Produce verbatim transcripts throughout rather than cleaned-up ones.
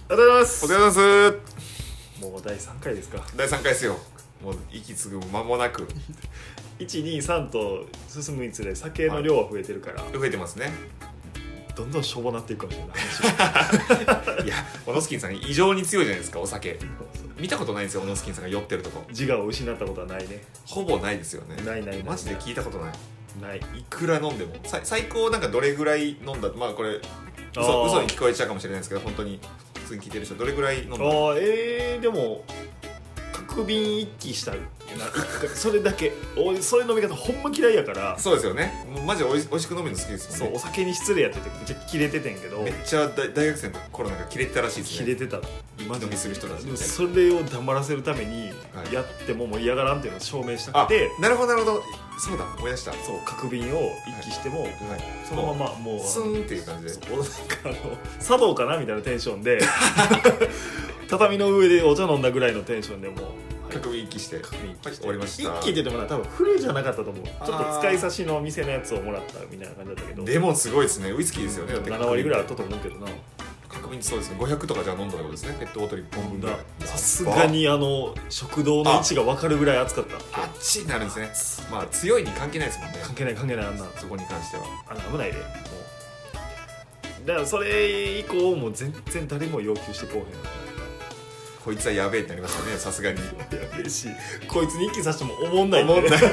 りがとうございます。 お疲れ様です。 もうだいさんかいですか。 だいさんかいですよ。もう息継ぐ間もなくいち、に、さんと進むにつれ酒の量は増えてるから、 増えてますね。 どんどんしょぼなっていくかもしれないいや、オノスキンさん異常に強いじゃないですか。お酒見たことないんですよ。オノスキンさんが酔ってるとこ自我を失ったことはないね。 ほぼないですよね。 ないないないマジで聞いたことない。 ない。 いくら飲んでもさ最高なんかどれぐらい飲んだ、まあこれ嘘、嘘に聞こえちゃうかもしれないですけど、本当に普通に聞いてる人どれぐらい飲んだ。 ああ、えー、でも角瓶一気したなそれだけ。おそれ飲み方ほんま嫌いやから。 そうですよね。もうマジおいおいしく飲むの好きですもんね。 そう、お酒に失礼やっててめっちゃキレててんけど、 めっちゃ大大学生の頃なんかキレてたらしいですね。 キレてた。 マジ飲みする人たちみたいな。 それを黙らせるためにはいやってももう嫌がらんっていうのを証明したくて、 なるほどなるほど。そうだ、思い出した。 そう角瓶を一気しても、 はい、 そのままもうスーンっていう感じで、 そうなんかあの茶道かなみたいなテンションで畳の上でお茶飲んだぐらいのテンションでもう角瓶一気して角瓶一気して、 終わりました。 一気って言ってもな多分フルじゃなかったと思う。ちょっと使い差しの店のやつをもらったみたいな感じだったけど、 でもすごいですね。ウイスキーですよね。だってななわりぐらいあったと思うけどな。 角瓶そうですね。ごひゃくとかじゃあ飲んだってことですね。ペットボトルいっぽんぶんぐらい。 さすがにあの食堂の位置が分かるぐらい熱かった。 あっちになるんですね。まあ強いに関係ないですもんね。 関係ない関係ない。あんなそこに関してはあの危ないでもう。だからそれ以降もう全然誰も要求してこうへん。 こいつはやべえってなりましたね。さすがにやべえし、こいつに一気させても思んない、 思んない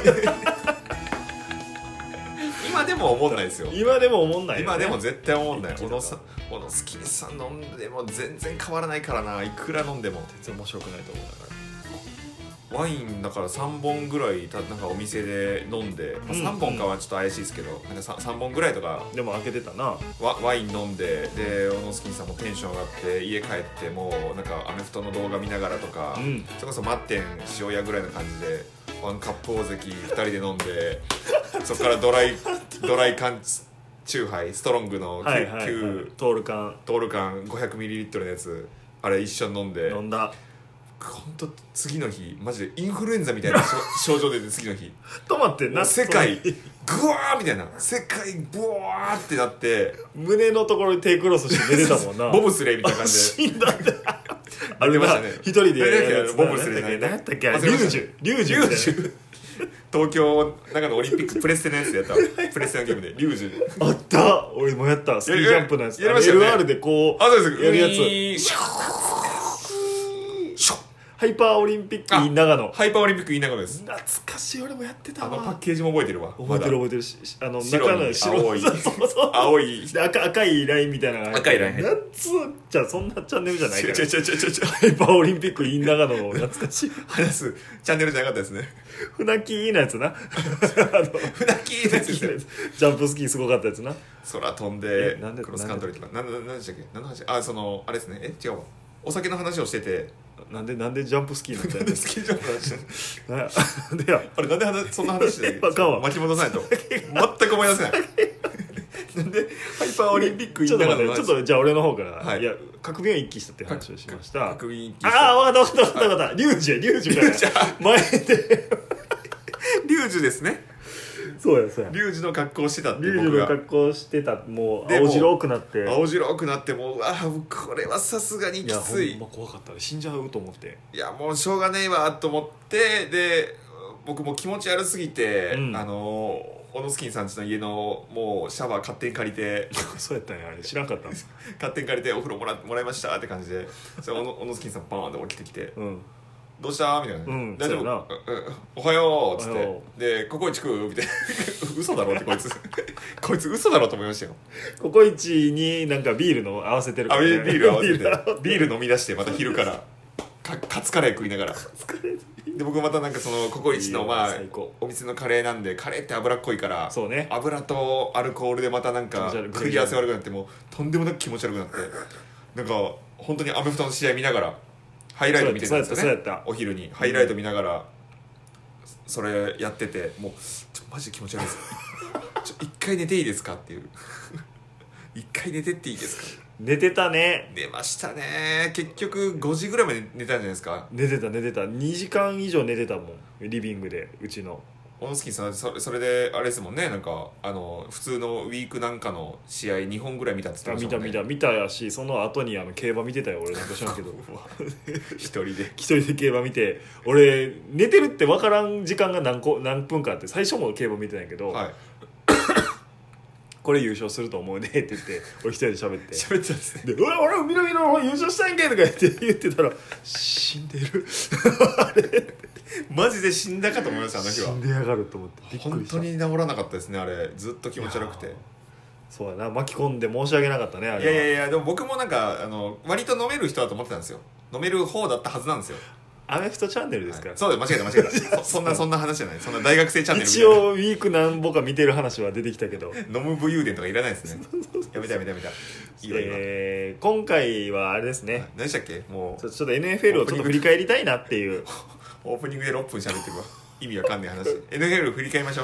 今でも思んないですよ。 今でも思んないよ、ね、 今でも絶対思んない。 一気だ小野さん、小野スキンさん飲んでも全然変わらないからな。いくら飲んでも全然面白くないと思う。だからワインだからさんぼんぐらいたなんかお店で飲んで、まあ、さんぼんかはちょっと怪しいですけど、なんか 3, さんぼんぐらいとかでも開けてたな。 ワ, ワイン飲んで、でオノスキンさんもテンション上がって家帰ってもうなんかアメフトの動画見ながらとか、 うん、 それこそマッテン塩屋ぐらいの感じでワンカップ大関ふたりで飲んでそこからドライドライ缶チューハイストロングの きゅう、はいはいはい、 トール缶トール缶 ごひゃくミリリットル のやつあれ一緒に飲んで飲んだ。 本当次の日マジでインフルエンザみたいな症状出て次の日止まってんな。 世界グワーみたいな世界ブワーってなって胸のところに手クロスして寝てたもんなボブスレーみたいな感じで死んだってあれ出ましたね。 一人でやるやつボブスレー何やったっけ、リュージュリュージュ東京長野オリンピックプレステのやつでやったプレステのゲームでリュージュあった。俺もやったスキージャンプのやつやりましたよね。 エルアール でこうあそうですやるやつシュッシュッハイパーオリンピック in 長野。 ハイパーオリンピック in 長野です。 懐かしい。俺もやってたわ。 あのパッケージも覚えてるわ。 覚えてる覚えてるし、あの白に中の青いそうそうそう青いで 赤, 赤いラインみたいなのが赤いライン夏じゃあそんなチャンネルじゃないから。 ちょちょちょちょちょハイパーオリンピック in 長野の懐かしい話すチャンネルじゃなかったですね。 船木のやつなあの船木のやつですよ。 ジャンプスキーすごかったやつな。 空飛んでえなんでクロスカントリーとかなんなんでしたっけ。何の話。あそのあれですね。え違うわ。お酒の話をしててなんでなんでジャンプスキーなんだよなんでスキージャンプの話なんやなんでやあれなんで話そんな話してるわかんわ巻き戻さないと全く思い出せないなんでハイパーオリンピックちょっと待っての話ちょっとじゃあ俺の方から、 はいいや角瓶を一気したって話をしました。 確認ああ分かった分かった分かった分かった。リュウジやリュウジから前でリュウジュですね。 そうやそうやリュウジの格好をしてたってリュウジの僕が格好してた。もうでも青白くなって青白くなってもううわこれはさすがにいやきつい。 ほんま怖かった。死んじゃうと思って。 いやもうしょうがねえわと思ってで僕も気持ち悪すぎて、うん、あのオノスキンさんちの家のもうシャワー勝手に借りてそうやったんや。あれ知らんかったんです勝手に借りてお風呂もらもらいましたって感じでそれオノオノスキンさんバーンって起きてきて、 うん、 どうしたみたいな、 うん、 大丈夫なおはようっつってでココイチ食うみたいな嘘だろってこいつこいつ嘘だろと思いましたよ。 ココイチになんかビールの合わせてるから、 ね、あビール合わせてビール飲み出してまた昼からかカツカレー食いながらで僕またなんかそのココイチのまあお店のカレーなんでカレーって脂っこいからそう、ね、 油とアルコールでまたなんか食い合わせ悪くなってもうとんでもなく気持ち悪くなってなんか本当にアメフトの試合見ながらハイライト見てたんですよね。お昼にハイライト見ながらそれやっててもうちょマジで気持ち悪いですちょ一回寝ていいですかっていう一回寝てっていいですか。 寝てたね。 寝ましたね。結局ごじぐらいまで寝たんじゃないですか。 寝てた寝てたにじかん以上寝てたもんリビングでうちのオノスキンさんそれ、それであれですもんね、なんかあの普通のウィークなんかの試合にほんぐらい見たって言ってましたもんね。 見た見た見たやし、その後にあの競馬見てたよ俺。なんか知らんけど一人で一人で競馬見て、俺寝てるって分からん時間が何個何分かあって、最初も競馬見てないけど、 はいこれ優勝すると思うねって言って俺一人で喋って喋ってたんですね。 で、俺俺見ろ見ろ優勝したんけとか言って言ってたら死んでるあれマジで死んだかと思いましたあの日は。 死んでやがると思ってびっく本りした。 当に治らなかったですねあれ。ずっと気持ち悪くて。 そうやな、巻き込んで申し訳なかったねあれは。 いやいやいや、でも僕もなんかあの割と飲める人だと思ってたんですよ。飲める方だったはずなんですよ。 アメフトチャンネルですから、 はい、そうです、間違えた間違えたそ, そんなそんな話じゃない。そんな大学生チャンネルみたい一な。 応ウィーク何本か見てる話は出てきたけど飲む武勇伝とかいらないですね。やめたやめたやめた。いいわいいわ、 えー、今回はあれですね、 何でしたっけ。もうちょちょっと エヌエフエル をちょっと振り返りたいなっていうオープニングでろっぷん喋ってるわ。意味わかんない話。エヌエフエル 振り返りましょう。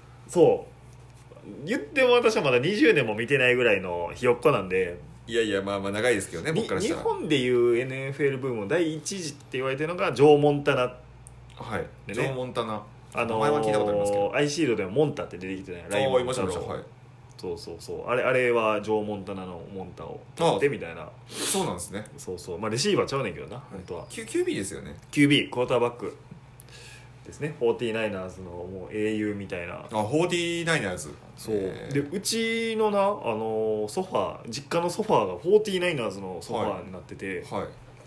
そう言っても私はまだにじゅうねんも見てないぐらいのひよっこなんで、 いやいや、まあまあ長いですけどね、僕からしたら。 日本でいう エヌエフエル ブームの第一次って言われてるのがジョー・モンタナはい、 でね、 ジョー・モンタナ、 あのー、 名前は聞いたことありますけど、 アイシールドでもモンタって出てきてない。 ライブいましたいました。はい、 そうそうそう、あれあれはジョー・モンタナのモンタを取ってみたいな。 そうなんですね。 そうそう、まあレシーバーちゃうねんけどな、はい、本当はキュービー ですよね。 キュービー クォーターバックですね。フォーティーナイナーズのもう英雄みたいな。 あ、フォーティーナイナーズ。 そうで、うちのな、あのー、ソファー、実家のソファーがフォーティーナイナーズのソファーになってて、 はい、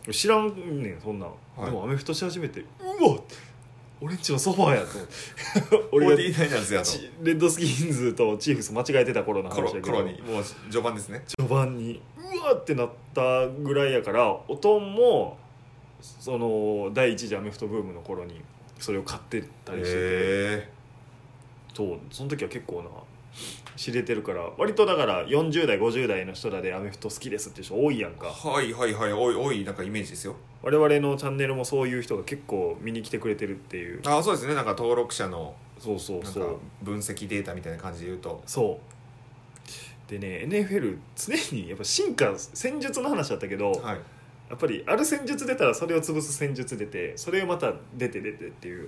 知らんねんそんなん、はい、でもアメフトし始めて、うわっ俺んちのソファーやと俺がフォーティーナイナーズやとレッドスキンズとチーフス間違えてた頃の話だけど、 頃にもう序盤ですね。 序盤にうわってなったぐらいやから、おとんもその第一次アメフトブームの頃にそれを買ってたりしてて、そうその時は結構な知れてるから、割とだからよんじゅう代ごじゅう代の人らでアメフト好きですっていう人多いやんか。 はいはいはい、多い多い、なんかイメージですよ。 我々のチャンネルもそういう人が結構見に来てくれてるっていう。 ああ、そうですね。なんか登録者のそうそうそう、 なんか分析データみたいな感じで言うと、 そうでね、 エヌエフエル 常にやっぱ進化、戦術の話だったけど、 はい、 やっぱりある戦術出たらそれを潰す戦術出て、それをまた出て出てっていう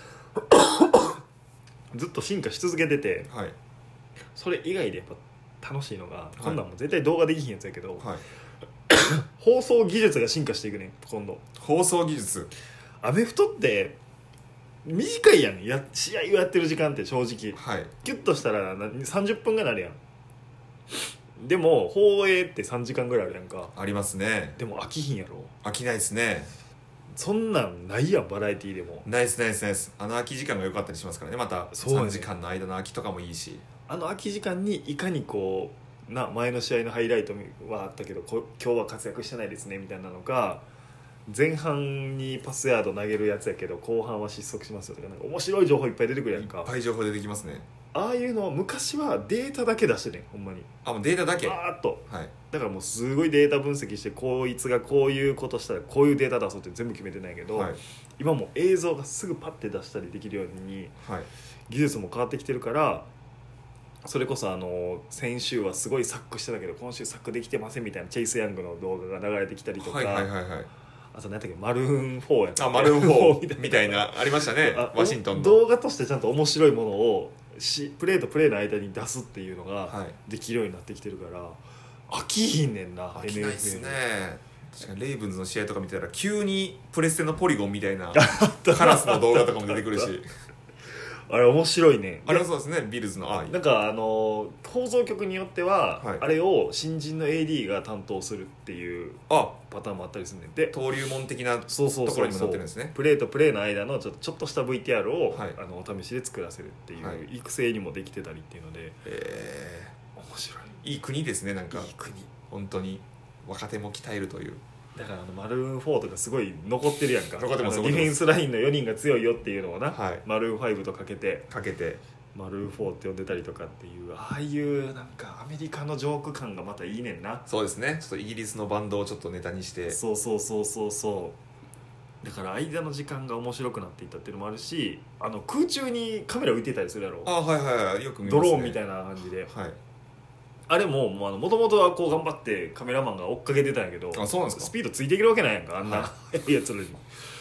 ずっと進化し続けてて、 はい、 それ以外でやっぱ楽しいのが、はい、こんなんも絶対動画できひんやつやけど、 はい、 放送技術が進化していくね。今度放送技術、 アメフトって短いやん、や試合をやってる時間って正直、 はい、 ギュッとしたらさんじゅっぷんがなるやん。でも放映ってさんじかんぐらいあるやんか。 ありますね。 でも飽きひんやろ。 飽きないですね。 そんなんないやん、バラエティーでも。 ナイスナイスナイス。あの空き時間が良かったりしますからね。またさんじかんの間の空きとかもいいし、 あの空き時間にいかにこうな、前の試合のハイライトはあったけどこ今日は活躍してないですねみたいなのか、前半にパスヤード投げるやつやけど後半は失速しますよとか、なんか面白い情報いっぱい出てくるやんか。 いっぱい情報出てきますね。 ああいうのは昔はデータだけ出してねん、ほんまに。 あ、もうデータだけ。 バーッと、 はい、 だからもうすごいデータ分析して、こいつがこういうことしたらこういうデータ出そうって全部決めてないけど、はい、今もう映像がすぐパッて出したりできるように、はい、技術も変わってきてるから、それこそあの先週はすごいサックしてたけど今週サックできてませんみたいなチェイス・ヤングの動画が流れてきたりとか、はいはいはいはい、あと何だっけ、マルーンフォーやった、 あ、マルーンフォーみたいなありましたねワシントンの動画としてちゃんと面白いものをしプレーとプレーの間に出すっていうのができるようになってきてるから、飽きひんねんな。 飽きないっすね。確かにレイブンズの試合とか見てたら急にプレステのポリゴンみたいなカラスの動画とかも出てくるしあれ面白いね。 あれはそうですね、ビルズの。あ、 なんかあの放送局によっては、はい、あれを新人の エーディー が担当するっていうパターンもあったりするねんで、 登竜門的なところにもなってるんですね。 プレーとプレーの間のちょっと、ちょっとした ブイティーアール を、はい、あのお試しで作らせるっていう、はい、育成にもできてたりっていうので、 えー、面白い。いい国ですね。なんかいい国、 本当に若手も鍛えるという。 だからあのマルーンフォーとかすごい残ってるやんか。残ってます。ディフェンスラインのよにんが強いよっていうのをな、はい、マルーンファイブとかけてかけてマルーンフォーって呼んでたりとかっていう、ああいうなんかアメリカのジョーク感がまたいいねんな。 そうですね。ちょっとイギリスのバンドをちょっとネタにして、 そうそうそうそうそうだから間の時間が面白くなっていったっていうのもあるし、あの空中にカメラ浮いてたりするやろ。 あ、はいはいはい、よく見ますね。 ドローンみたいな感じで、 はい、 あれももともとはこう頑張ってカメラマンが追っかけてたんやけど、 あ、そうなんですか。 スピードついていけるわけないやんか、あんな、はい、やつらに。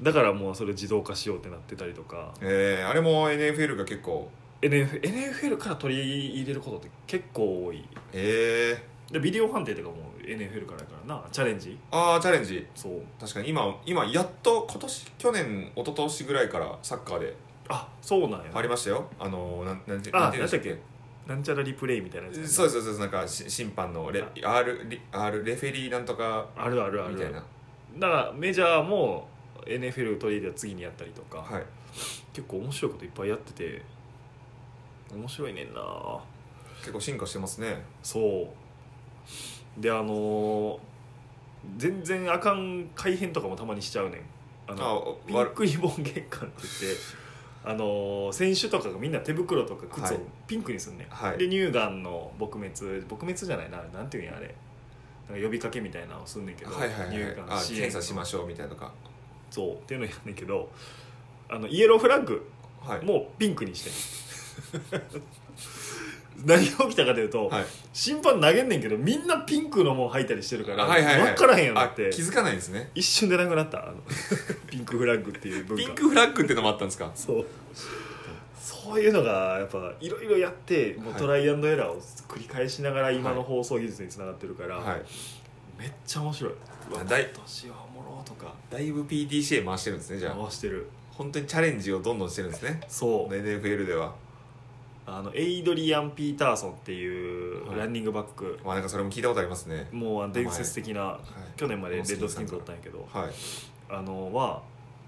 だからもうそれ自動化しようってなってたりとか。 えー、あれも エヌエフエル が結構エヌエフエル から取り入れることって結構多い。 えー、でビデオ判定とかも エヌエフエル からやからな、チャレンジ。 ああチャレンジ。 そう確かに今今やっと今年去年一昨年ぐらいからサッカーであそうなんやありましたよ。あのなんなんてあなんていうんでしたっけ、 なんちゃらリプレイみたいなやつ、ね、 そうですそうです。なんかし審判のレ R, R レフェリーなんとかあるあるあるみたいな。 だからメジャーも エヌエフエル 取り入れた次にやったりとか、 はい、 結構面白いこといっぱいやってて面白いねんな。 結構進化してますね。 そうであのー、全然あかん改変とかもたまにしちゃうねん。あのあピンクリボン月間って言ってあのー、選手とかがみんな手袋とか靴をピンクにすんねん、はい、で乳がんの撲滅撲滅じゃないな、なんていうんやあれ、なんか呼びかけみたいなのをすんねんけど、 はいはいはい、 乳がん支援検査しましょうみたいなとか、 そうっていうのやんねんけど、あのイエローフラッグもピンクにしてん、はい、何が起きたかというと、はい、審判投げんねんけどみんなピンクのもん履いたりしてるから、はいはいはい、分からへんよなって。 気づかないんですね。 一瞬でなくなったあのピンクフラッグっていう文化。 ピンクフラッグってのもあったんですか。 そうそういうのがやっぱいろいろやってもうトライアンドエラーを繰り返しながら今の放送技術につながってるから、はい、めっちゃ面白い。今年はおもろとかだいぶ ピーディーシーエー 回してるんですね。じゃあ回してる。 本当にチャレンジをどんどんしてるんですね。そう エヌエフエル ではあのエイドリアン・ピーターソンっていうランニングバック、 まあ、なんかそれも聞いたことありますね。 もう伝説的な、はい、去年までレッドスキンズだったんやけど、はい、あのは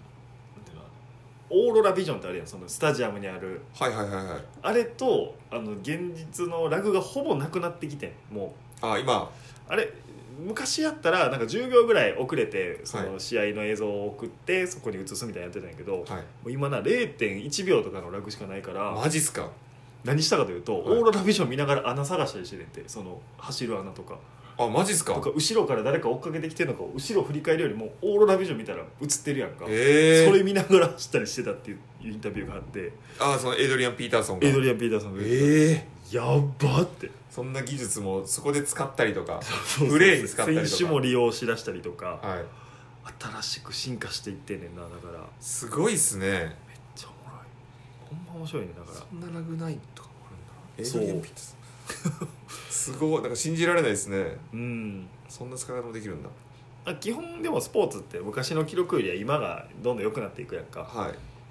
オーロラビジョンってあるやん、そのスタジアムにある、 はいはいはいはい、 あれとあの現実のラグがほぼなくなってきてん。もうあ今あれ昔やったらなんかじゅうびょうぐらい遅れてその試合の映像を送ってそこに映すみたいなやってたんやけど、はい、もう今な れいてんいちびょうとかのラグしかないから。 マジっすか。 何したかというと、はい、オーロラビジョン見ながら穴探したりしてるんで、その走る穴とか。 あマジっすか。 とか後ろから誰か追っかけてきてるのか後ろ振り返るよりもオーロラビジョン見たら映ってるやんか、 えー、 それ見ながら走ったりしてたっていうインタビューがあって、 あそのエイドリアン・ピーターソンがエイドリアン・ピーターソンがええー、やばって。 そんな技術もそこで使ったりとかプレーに使ったりとか選手も利用しだしたりとか、 はい、 新しく進化していってんねんな。だからすごいっすね。めっちゃおもろい。ほんま面白いね。だからそんなラグないとかもあるんだ。エイドリアン・ピーターソンすごいなんか信じられないですね。うんそんな使い方もできるんだ。 基本でもスポーツって昔の記録よりは今がどんどん良くなっていくやんか、 はい、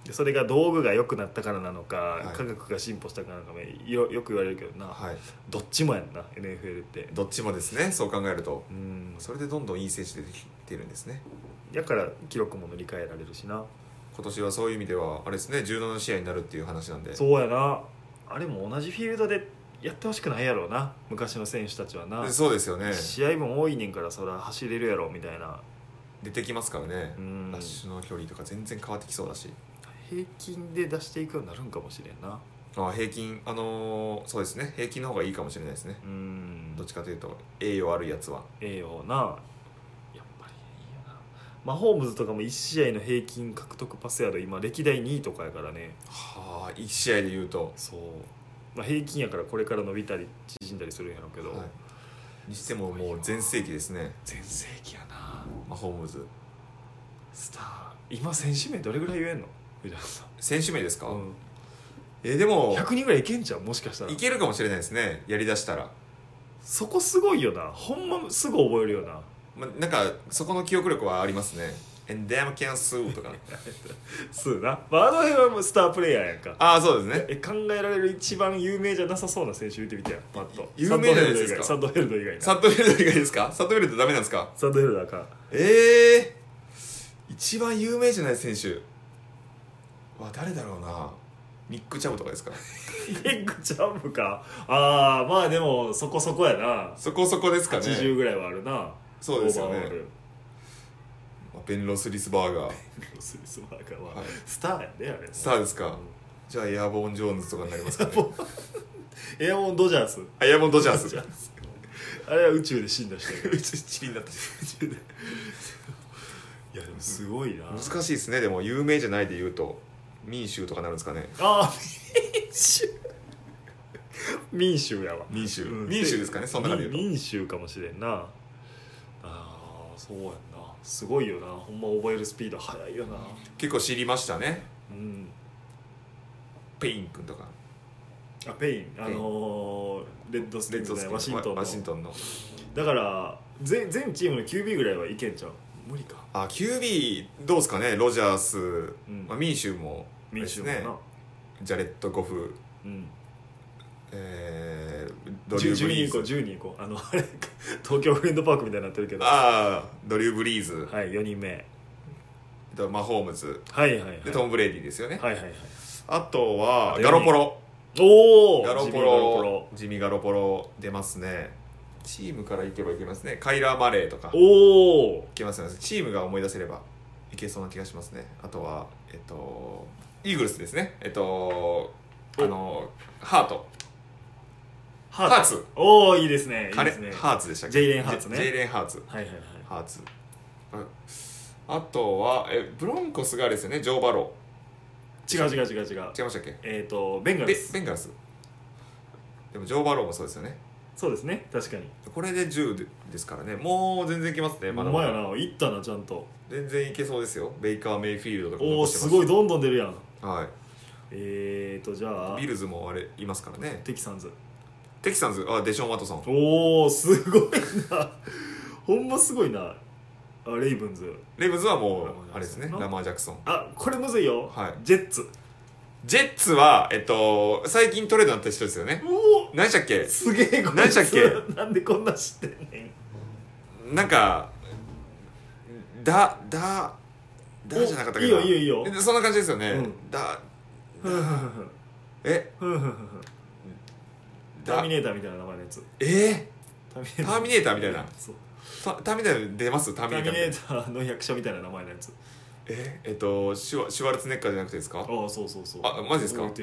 でそれが道具が良くなったからなのか、はい、科学が進歩したからなのかよ, よく言われるけどな、はい、どっちもやんな エヌエフエル って。 どっちもですね。そう考えるとうんそれでどんどんいい選手出てきてるんですね。 だから記録も塗り替えられるしな。 今年はそういう意味ではあれですねじゅうななしあいになるっていう話なんで。 そうやな。あれも同じフィールドでやってほしくないやろうな昔の選手たちはな。 そうですよね。 試合分多いねんからそら走れるやろみたいな出てきますからね。ラッシュの距離とか全然変わってきそうだし平均で出していくようになるんかもしれんな。 あ平均あのー、そうですね平均の方がいいかもしれないですね。うんどっちかというと栄養あるやつは栄養な。やっぱりいいよな。マホームズとかもいち試合の平均獲得パスヤード今歴代にいとかやからね。 はあいち試合で言うとそう、まあ、平均やからこれから伸びたり縮んだりするんやろうけど、はい、 にしてももう全盛期ですね。 全盛期やなマホームズスター。今選手名どれぐらい言えんの選手名ですか、うん、えでもひゃくにんぐらいいけんじゃん。もしかしたらいけるかもしれないですねやりだしたら。 そこすごいよな。ほんますぐ覚えるよな、 ま、なんかそこの記憶力はありますね。And damn can sue とかスーな、まあ、あの辺はもうスタープレイヤーやんか。 ああそうですね。 え考えられる一番有名じゃなさそうな選手言ってみてやパッと。 有名じゃないですか。 サッドヘルド以外。 サッドヘルド以外ですか。サッドヘルドダメなんですか。 サッドヘルドだか。 ええー、一番有名じゃない選手は誰だろうな。ニック・チャブとかですか。 ニック・チャブか。ああまあでもそこそこやな。 そこそこですかね。 はちじゅうぐらいはあるな。 そうですよね。ベン・ロスリスバーガー。 ベン・ロスリスバーガーは、はい、スターやであれ。 スターですか、うん、じゃあエアボーン・ジョーンズとかになりますかね。 エアボーン・ドジャース。 エアボーン・ドジャースあれは宇宙で死んだ人やから。 宇宙チリになった人。 いやでもすごいな。 難しいですね。でも有名じゃないで言うと民衆とかなるんですかね。 ああ民衆民衆やわ。 民衆、うん、民衆ですかね。そんな感じで言うと民衆かもしれんな。あそうやんな、すごいよな、ほんま覚えるスピード速いよな。 結構知りましたね。 うん。 ペイン君とか。 あ、ペイン、あのー、レッドスティックね、ワシントンの。 ワシントンの。 だから全全チームの キュービー ぐらいはいけんちゃう。無理か。 あ、キュービー どうですかね。ロジャース、 うんまあ、ミンシューもですね。 ジャレット・ゴフ、 うん、 えー、ドリュー・ブリーズ、じゅうにん行こう、じゅうにん行こう、あのあれ東京フレンドパークみたいになってるけど、 ああ、ドリュー・ブリーズ、 はい、よにんめ、 マホームズ、 はいはいはい、 でトム・ブレイディですよね。 はいはいはい。 あとはガロポロ、 おお、 ガロポロ、ジミー・ガロポロ出ますね。チームからいけばいけますね。カイラー・マレーとか、 おお、いけますね。チームが思い出せればいけそうな気がしますね。あとはえっとイーグルスですね。えっとあのハート、 ハーツ、 おお、いいですね、いいですね。 ハーツでしたっけ。 ジェイレン・ハーツね。 ジェイレン・ハーツ、 はいはいはい、 ハーツ。あとはえブロンコスがあれですよね、ジョー・バロー。違う違う違う違う。 違いましたっけ。 えっとベンガルス。 ベンガルス。でもジョー・バローもそうですよね。 そうですね、確かに。 これでじゅうですからね。もう全然いけますね。 まだまだ。ほんまやな、いったな、ちゃんと。 全然いけそうですよ。ベイカー・メイフィールドとかも残してます。おお、すごい、どんどん出るやん。 はい。 えーとじゃあビルズもあれいますからね。 テキサンズ、 テキサンズ、あ、デション・ワトソン。 おお、すごいなほんますごいな。あ、レイブンズ、 レイブンズはもうあれですね、ラマー・ジャクソン。 あ、これむずいよ、 はい、 ジェッツ。 ジェッツはえっと最近トレードになった人ですよね。 おお、 何でしたっけ。 すげえ、 何でしたっけ。 なんでこんな知ってんねん。なんかだだだじゃなかったっけな。 いいよいいよいいよ、 そんな感じですよね、うん、だえターミネーターみたいな名前のやつ。 えー、ターミネーターみたいな。そう、ターミネーター出ます。ターミネーターの役者みたいな名前のやつ。 ええっとシュワ、シュワルツネッカーじゃなくてですか。ああ、そうそうそう。 あ、マジですか。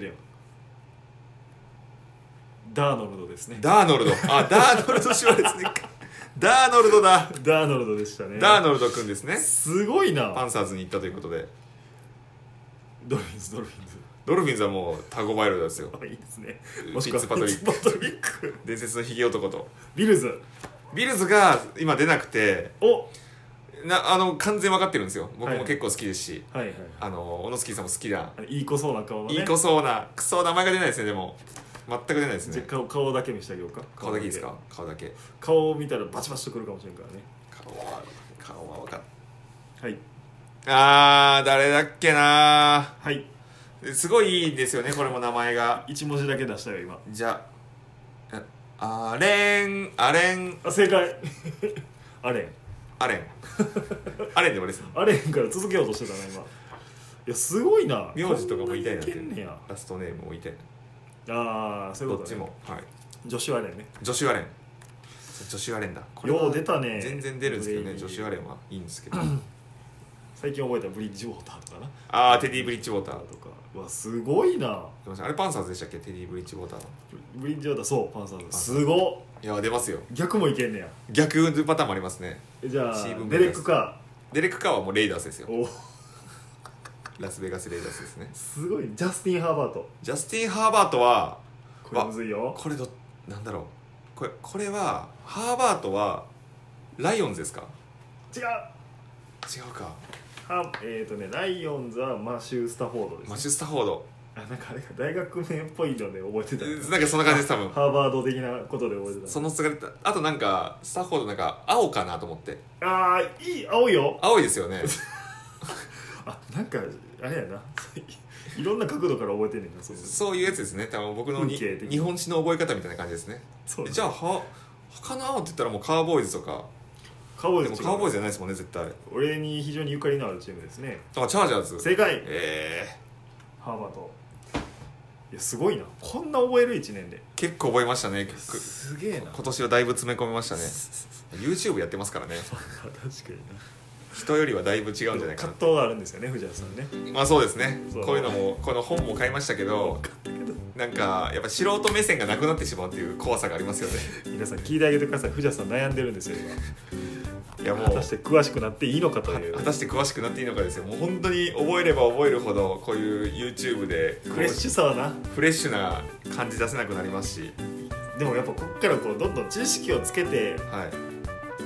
ダーノルドですね。 ダーノルド、あ、ダーノルドシュワルツネッカーダーノルドだ。 ダーノルドでしたね。 ダーノルドくんですね。 すごいな。 パンサーズに行ったということで。 ドルフィンズ、ドルフィンズ。 ドルフィンズはもうタゴバイロドですよ。 いいですね。 もしくはフィッツパトリック伝説のヒゲ男とビルズ。 ビルズが今出なくて、 おな、あの完全分かってるんですよ。僕も結構好きですし、 はいはい、 あの小野月さんも好きな、 いい子そうな顔のね。 いい子そうな、クソ名前が出ないですね。でも全く出ないですね。 じゃ顔、顔だけ見してあげようか。 顔だけいいですか。顔だけ。 顔を見たらバチバチとくるかもしれんからね。 顔は顔は分かる。 はい。 あー、誰だっけな。 はい、 すごいいいんですよね、これも名前が。 一文字だけ出したよ今。 じゃあ、アレン、アレン、 あ、正解アレン、 アレンアレンでもですね。 アレンから続けようとしてたな今。いや、すごいな。 名字とかも言いたいなって。ラストネームも言いたいな。ああ、そういうことね。 どっちも。はい。 ジョシュアレンね。 ジョシュアレン、ジョシュアレンだ。 これよう出たね。 全然出るんですけどね。ジョシュアレンはいいんですけど最近覚えたブリッジウォーターとかな。 ああ、テディ・ブリッジウォーターとか。わ、すごいな。 あれパンサーズでしたっけ。テディ・ブリッジウォーターのブリッジウォーター、そう、パンサーズ。すごっ。 いや、出ますよ。 逆もいけんねや。 逆パターンもありますね。 じゃあデレック・カー。デレック・カーはもうレイダースですよ。 おラスベガスレイダースですね。 すごい。ジャスティン・ハーバート。 ジャスティン・ハーバートはこれむずいよ。 これどなんだろう。これこれはハーバートはライオンズですか。 違う。 違うか。 はえっ、ー、とね、ライオンズはマシュー・スタフォードです、ね、 マシュー・スタフォード。 あ、なんかあれか、大学名っぽいので覚えてた。 なんかそんな感じです多分。 ハーバード的なことで覚えてた。 その姿。あとなんかスタフォードなんか青かなと思って。 ああ、いい、青いよ。 青いですよねあ、なんかあれやないろんな角度から覚えてんねんな。そうそういうやつですね。多分僕のに日本史の覚え方みたいな感じですね。そうじゃあは他の青って言ったらもうカーボーイズとか。カーボーイズでもカーボーイズじゃないですもんね絶対。 俺に非常にゆかりのあるチームですね。 あ、チャージャーズ。 正解。 ええー、ハーバート。いや、すごいな、こんな覚えるいちねんで。 結構覚えましたね。 すげえな。 今年はだいぶ詰め込みましたねYouTube やってますからね確かにな。 人よりはだいぶ違うんじゃないかな。 葛藤があるんですよね、藤原さんね。 まあそうですね。こういうのもこの本も買いましたけど、なんかやっぱ素人目線がなくなってしまうっていう怖さがありますよね。 皆さん聞いてあげてください。藤原さん悩んでるんですよ今。いや、もう果たして詳しくなっていいのかという。 果たして詳しくなっていいのかですよ。もう本当に覚えれば覚えるほどこういう YouTube でフレッシュさはな、 フレッシュな感じ出せなくなりますし。 でもやっぱこっからこうどんどん知識をつけて、 はい、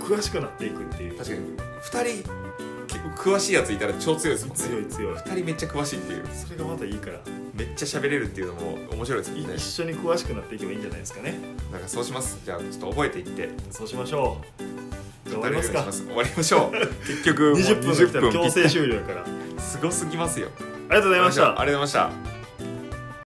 詳しくなっていくっていう。 確かにふたり結構詳しいやついたら超強いですもんね。 強い強い。 ふたりめっちゃ詳しいっていう、 それがまたいいからめっちゃ喋れるっていうのも面白いですもんね。 一緒に詳しくなっていけばいいんじゃないですかね。 なんかそうします。じゃあちょっと覚えていってそうしましょう。じゃあ終わりますか。 終わりましょう結局にじゅっぷんが来たら強制終了やからすごすぎますよ。 ありがとうございました。 ありがとうございました。